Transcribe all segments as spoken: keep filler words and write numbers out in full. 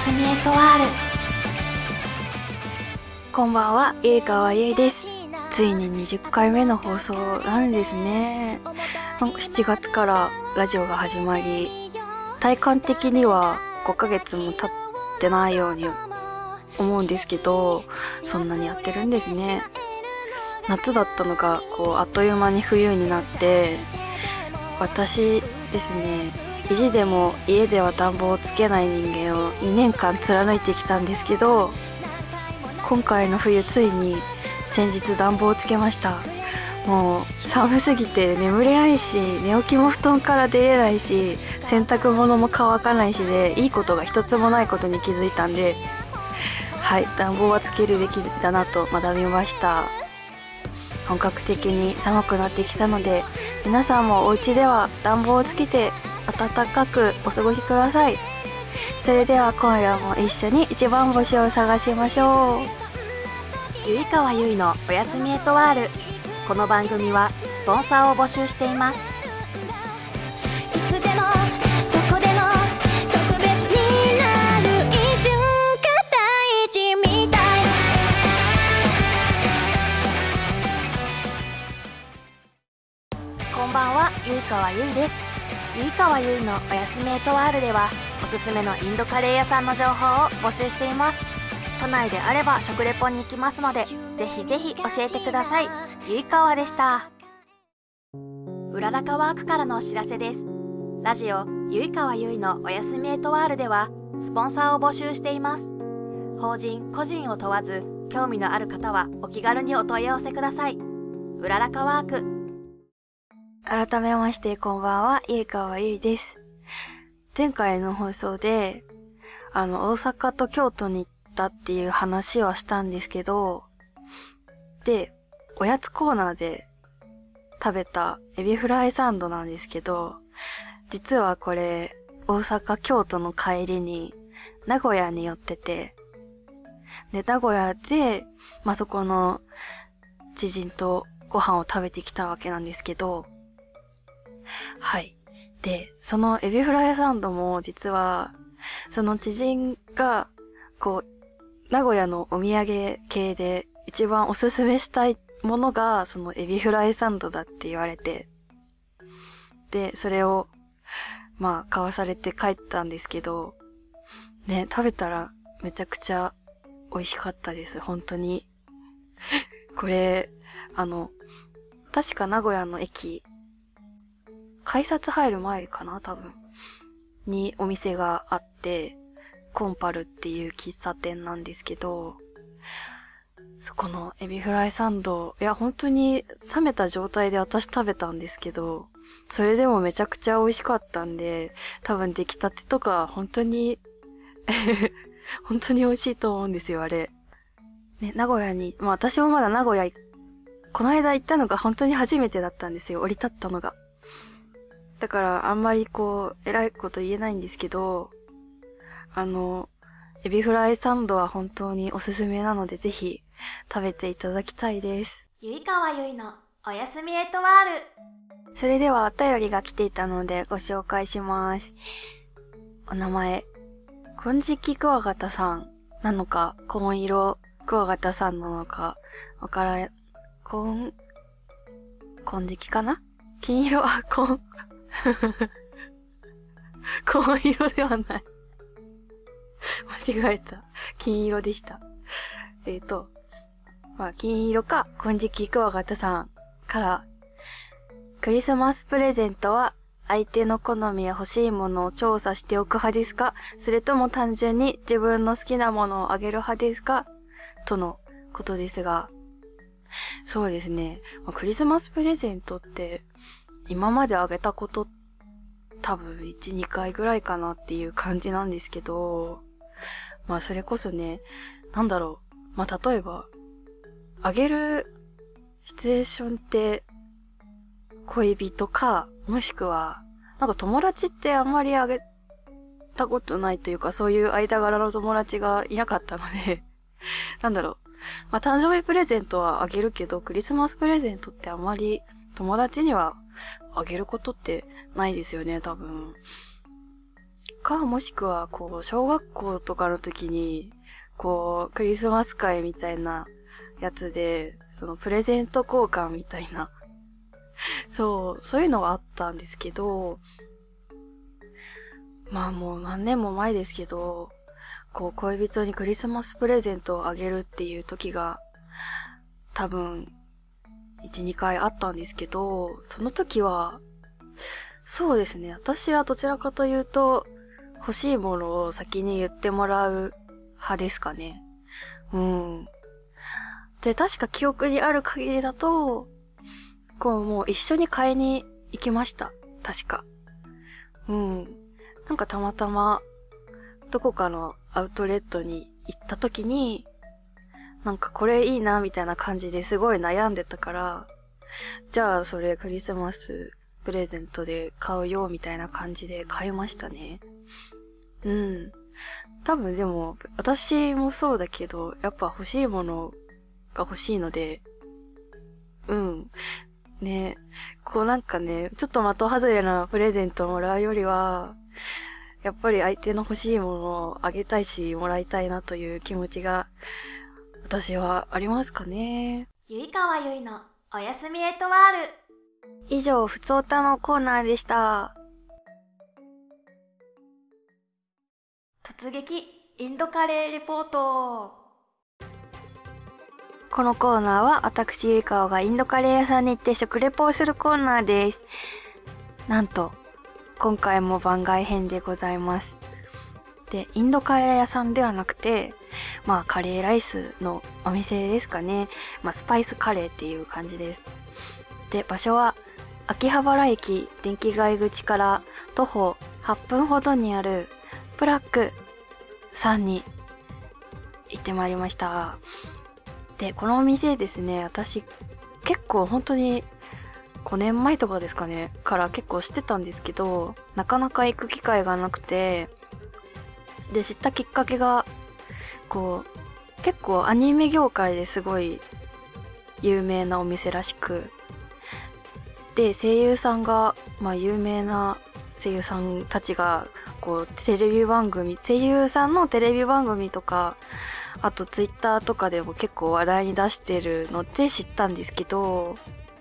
すみエトワール。こんばんは、ゆいかわゆいです。ついににじゅっかいめの放送なんですね。しちがつからラジオが始まり、体感的にはごかげつも経ってないように思うんですけど、そんなにやってるんですね。夏だったのがこうあっという間に冬になって、私ですね、意地でも家では暖房をつけない人間をにねんかん貫いてきたんですけど、今回の冬ついに先日暖房をつけました。もう寒すぎて眠れないし、寝起きも布団から出れないし、洗濯物も乾かないしで、いいことが一つもないことに気づいたんで、はい、暖房はつけるべきだなと学びました。本格的に寒くなってきたので、皆さんもお家では暖房をつけて暖かくお過ごしください。それでは今夜も一緒に一番星を探しましょう。 ゆいかわゆいのおやすみエトワール。この番組はスポンサーを募集しています。 いつでもどこでも特別になる一瞬が大事みたい。 こんばんは、ゆいかわゆいです。ゆいかわゆいのおやすみエトワールでは、おすすめのインドカレー屋さんの情報を募集しています。都内であれば食レポに行きますので、ぜひぜひ教えてください。ゆいかわでした。うららかワークからのお知らせです。ラジオゆいかわゆいのおやすみエトワールではスポンサーを募集しています。法人個人を問わず、興味のある方はお気軽にお問い合わせください。うららかワーク。 改めましてこんばんは、ゆいかわゆいです。前回の放送であの大阪と京都に行ったっていう話はしたんですけど、でおやつコーナーで食べたエビフライサンドなんですけど、実はこれ大阪京都の帰りに名古屋に寄ってて、で名古屋でまあそこの知人とご飯を食べてきたわけなんですけど、はい。でそのエビフライサンドも実はその知人がこう名古屋のお土産系で一番おすすめしたいものがそのエビフライサンドだって言われて、でそれをまあ買わされて帰ったんですけどね、食べたらめちゃくちゃ美味しかったです。本当にこれあの確か名古屋の駅改札入る前かな、多分にお店があって、コンパルっていう喫茶店なんですけど、そこのエビフライサンド、いや本当に冷めた状態で私食べたんですけど、それでもめちゃくちゃ美味しかったんで、多分出来たてとか本当に本当に美味しいと思うんですよ、あれね。名古屋に、まあ私もまだ名古屋この間行ったのが本当に初めてだったんですよ、降り立ったのが。だからあんまりこう偉いこと言えないんですけど、あのエビフライサンドは本当におすすめなので、ぜひ食べていただきたいです。 ゆいかわゆいのおやすみエトワール。 それではお便りが来ていたのでご紹介します。お名前、金色クワガタさんなのか、紺色クワガタさんなのかわからん。紺金色かな、金色は紺紺色ではない間違えた、金色でした。えっとまあ金色か金色クワガタさんから、クリスマスプレゼントは相手の好みや欲しいものを調査しておく派ですか、それとも単純に自分の好きなものをあげる派ですか、とのことですが、そうですね、まあ、クリスマスプレゼントって今まであげたこと多分いち、にかいぐらいかなっていう感じなんですけど、まあそれこそね、なんだろう、まあ例えばあげるシチュエーションって恋人か、もしくはなんか友達ってあんまりあげたことないというか、そういう間柄の友達がいなかったのでなんだろう、まあ誕生日プレゼントはあげるけど、クリスマスプレゼントってあんまり友達にはあげることってないですよね、多分。 か、もしくは、こう、小学校とかの時に、こう、クリスマス会みたいなやつで、そのプレゼント交換みたいな、そう、そういうのはあったんですけど、まあもう何年も前ですけど、こう、恋人にクリスマスプレゼントをあげるっていう時が、多分、いち、にかいあったんですけど、その時は、そうですね、私はどちらかというと、欲しいものを先に言ってもらう派ですかね。うん。で、確か記憶にある限りだと、こうもう一緒に買いに行きました。確か。うん。なんかたまたま、どこかのアウトレットに行った時に、なんかこれいいなみたいな感じですごい悩んでたから、じゃあそれクリスマスプレゼントで買うよみたいな感じで買いましたね。うん。多分でも、私もそうだけど、やっぱ欲しいものが欲しいので、うん。ね、こうなんかね、ちょっと的外れなプレゼントをもらうよりは、やっぱり相手の欲しいものをあげたいし、もらいたいなという気持ちが、私はありますかね。 ゆいかわゆいのおやすみエトワール。 以上、ふつおたのコーナーでした。 突撃インドカレーレポート。 このコーナーは私ゆいかわがインドカレー屋さんに行って食レポをするコーナーです。なんと今回も番外編でございます。で、インドカレー屋さんではなくて、まあカレーライスのお店ですかね。まあスパイスカレーっていう感じです。で、場所は秋葉原駅電気街口から徒歩はっぷんほどにあるプラックさんに行ってまいりました。で、このお店ですね、私結構本当にごねんまえとかですかね、から結構知ってたんですけど、なかなか行く機会がなくて、で、知ったきっかけが、こう、結構アニメ業界ですごい有名なお店らしく、で、声優さんが、まあ有名な声優さんたちが、こう、テレビ番組、声優さんのテレビ番組とか、あとツイッターとかでも結構話題に出してるので知ったんですけど、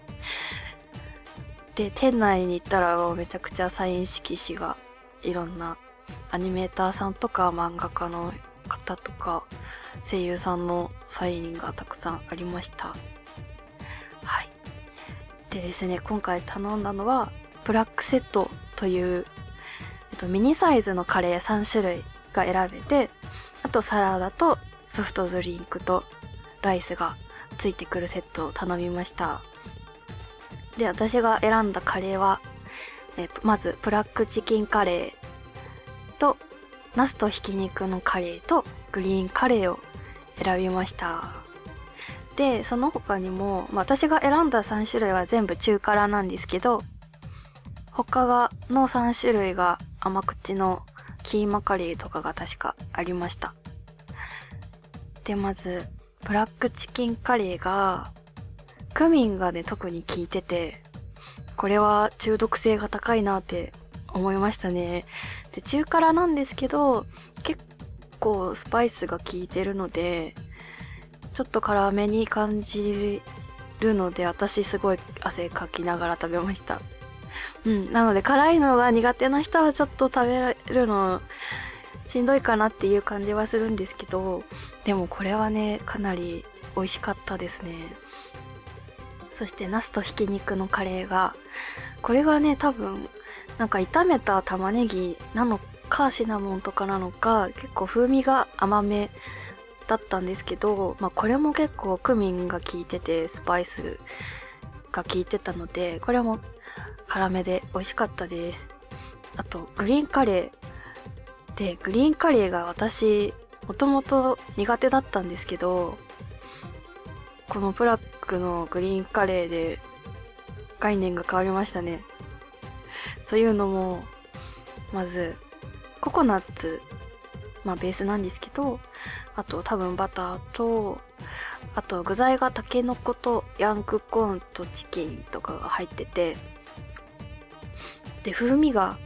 で、店内に行ったらもうめちゃくちゃサイン色紙がいろんなアニメーターさんとか漫画家の方とか声優さんのサインがたくさんありました。はい。でですね、今回頼んだのはブラックセットという、えっと、ミニサイズのカレーさんしゅるいが選べて、あとサラダとソフトドリンクとライスがついてくるセットを頼みました。で、私が選んだカレーは、えまずブラックチキンカレーとナスとひき肉のカレーとグリーンカレーを選びました。で、その他にも、まあ、私が選んださんしゅるいは全部中辛なんですけど、他がのさんしゅるいが甘口のキーマカレーとかが確かありました。で、まずブラックチキンカレーがクミンがね特に効いてて、これは中毒性が高いなって思いましたね。で、中辛なんですけど結構スパイスが効いてるのでちょっと辛めに感じるので、私すごい汗かきながら食べました。うん、なので辛いのが苦手な人はちょっと食べられるのしんどいかなっていう感じはするんですけど、でもこれはねかなり美味しかったですね。そしてナスとひき肉のカレーが、これがね多分なんか炒めた玉ねぎなのかシナモンとかなのか結構風味が甘めだったんですけど、まあこれも結構クミンが効いててスパイスが効いてたので、これも辛めで美味しかったです。あとグリーンカレーで、グリーンカレーが私もともと苦手だったんですけど、このブラックのグリーンカレーで概念が変わりましたね。というのも、まずココナッツ、まあベースなんですけど、あと多分バターと、あと具材がタケノコとヤングコーンとチキンとかが入ってて、で風味が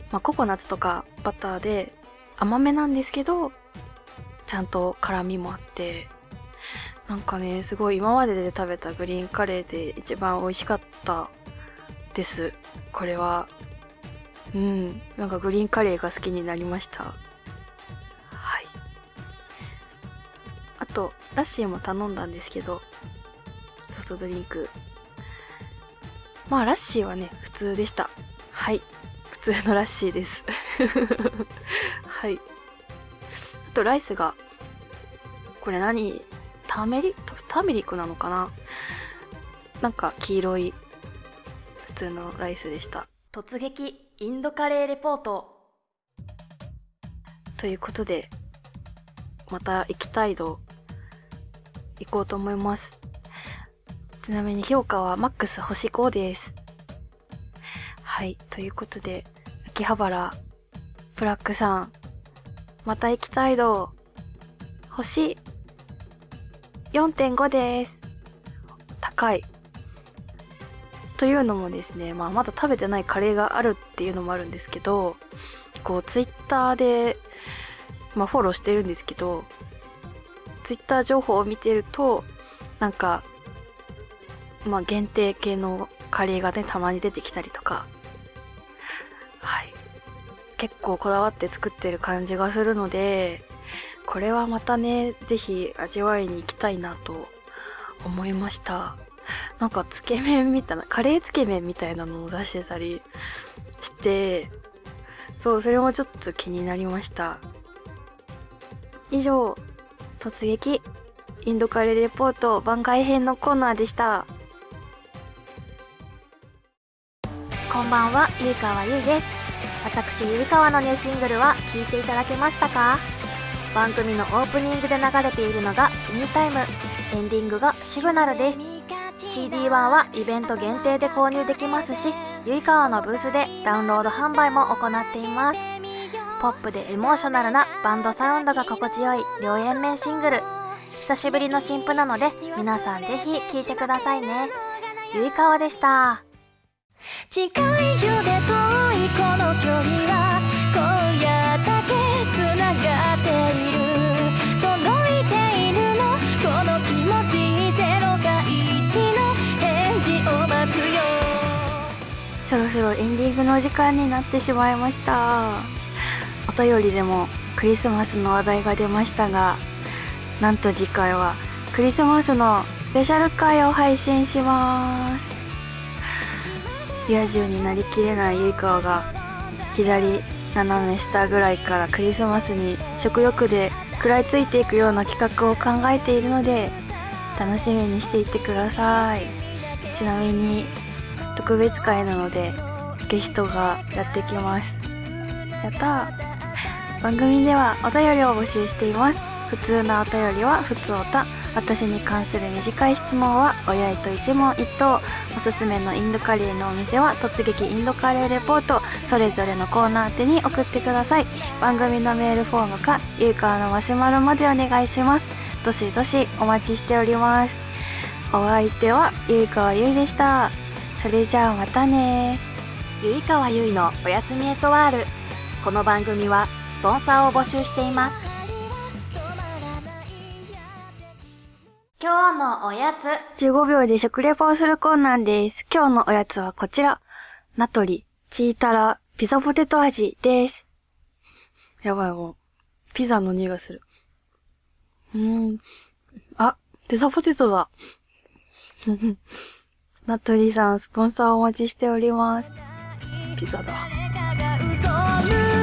まあ、ココナッツとかバターで甘めなんですけど、ちゃんと辛みもあって、なんかね、すごい今までで食べたグリーンカレーで一番美味しかったです。これは。うん。なんかグリーンカレーが好きになりました。はい。あと、ラッシーも頼んだんですけど、ソフトドリンク。まあ、ラッシーはね、普通でした。はい。普通のラッシーです。はい。あと、ライスが、これ何ターメリターメリックなのかな、なんか黄色い普通のライスでした。 突撃インドカレーレポートということで、また行きたい度行こうと思います。ちなみに評価はマックス星ごです。はい、ということで、秋葉原ブラックさん、また行きたい度星 よんてんご です。高い。というのもですね、まあまだ食べてないカレーがあるっていうのもあるんですけど、こうツイッターで、まあフォローしてるんですけど、ツイッター情報を見てると、なんか、まあ限定系のカレーがね、たまに出てきたりとか、はい。結構こだわって作ってる感じがするので、これはまたね、ぜひ味わいに行きたいなと思いました。なんかつけ麺みたいな、カレーつけ麺みたいなのを出してたりして、そう、それもちょっと気になりました。以上、突撃インドカレーレポート番外編のコーナーでした。 こんばんは、ゆいかわゆいです。私、ゆいかわのニューシングルは聴いていただけましたか？番組のオープニングで流れているのがミータイム、エンディングがシグナルです。 シーディーワン はイベント限定で購入できますし、ゆいかわのブースでダウンロード販売も行っています。ポップでエモーショナルなバンドサウンドが心地よい両円面シングル、久しぶりの新譜なので皆さんぜひ聴いてくださいね。ゆいかわでした。 近いよで遠いこの距離は今夜だけつながっている、届いているのこの気持ち、ゼロかいちの返事を待つよ。 そろそろエンディングの時間になってしまいました。お便りでもクリスマスの話題が出ましたが、なんと次回はクリスマスのスペシャル回を配信します。リア充になりきれないゆいかわが左斜め下ぐらいからクリスマスに食欲で食らいついていくような企画を考えているので、楽しみにしていてください。ちなみに特別会なのでゲストがやってきます。やったー。番組ではお便りを募集しています。普通のお便りはふつおた、私に関する短い質問はおやいと一問一答、おすすめのインドカレーのお店は突撃インドカレーレポート、それぞれのコーナー宛てに送ってください。番組のメールフォームかゆいかわのマシュマロまでお願いします。どしどしお待ちしております。お相手はゆいかわゆいでした。それじゃあまたね。 ゆいかわゆいのおやすみエトワール。この番組はスポンサーを募集しています。今日のおやつ。 じゅうごびょうで食レポをするコーナーです。今日のおやつはこちら。ナトリ、チータラ、ピザポテト味です。やばい、もう、ピザの匂いがする。うーん。あ、ピザポテトだ。ナトリさん、スポンサーお待ちしております。ピザだ。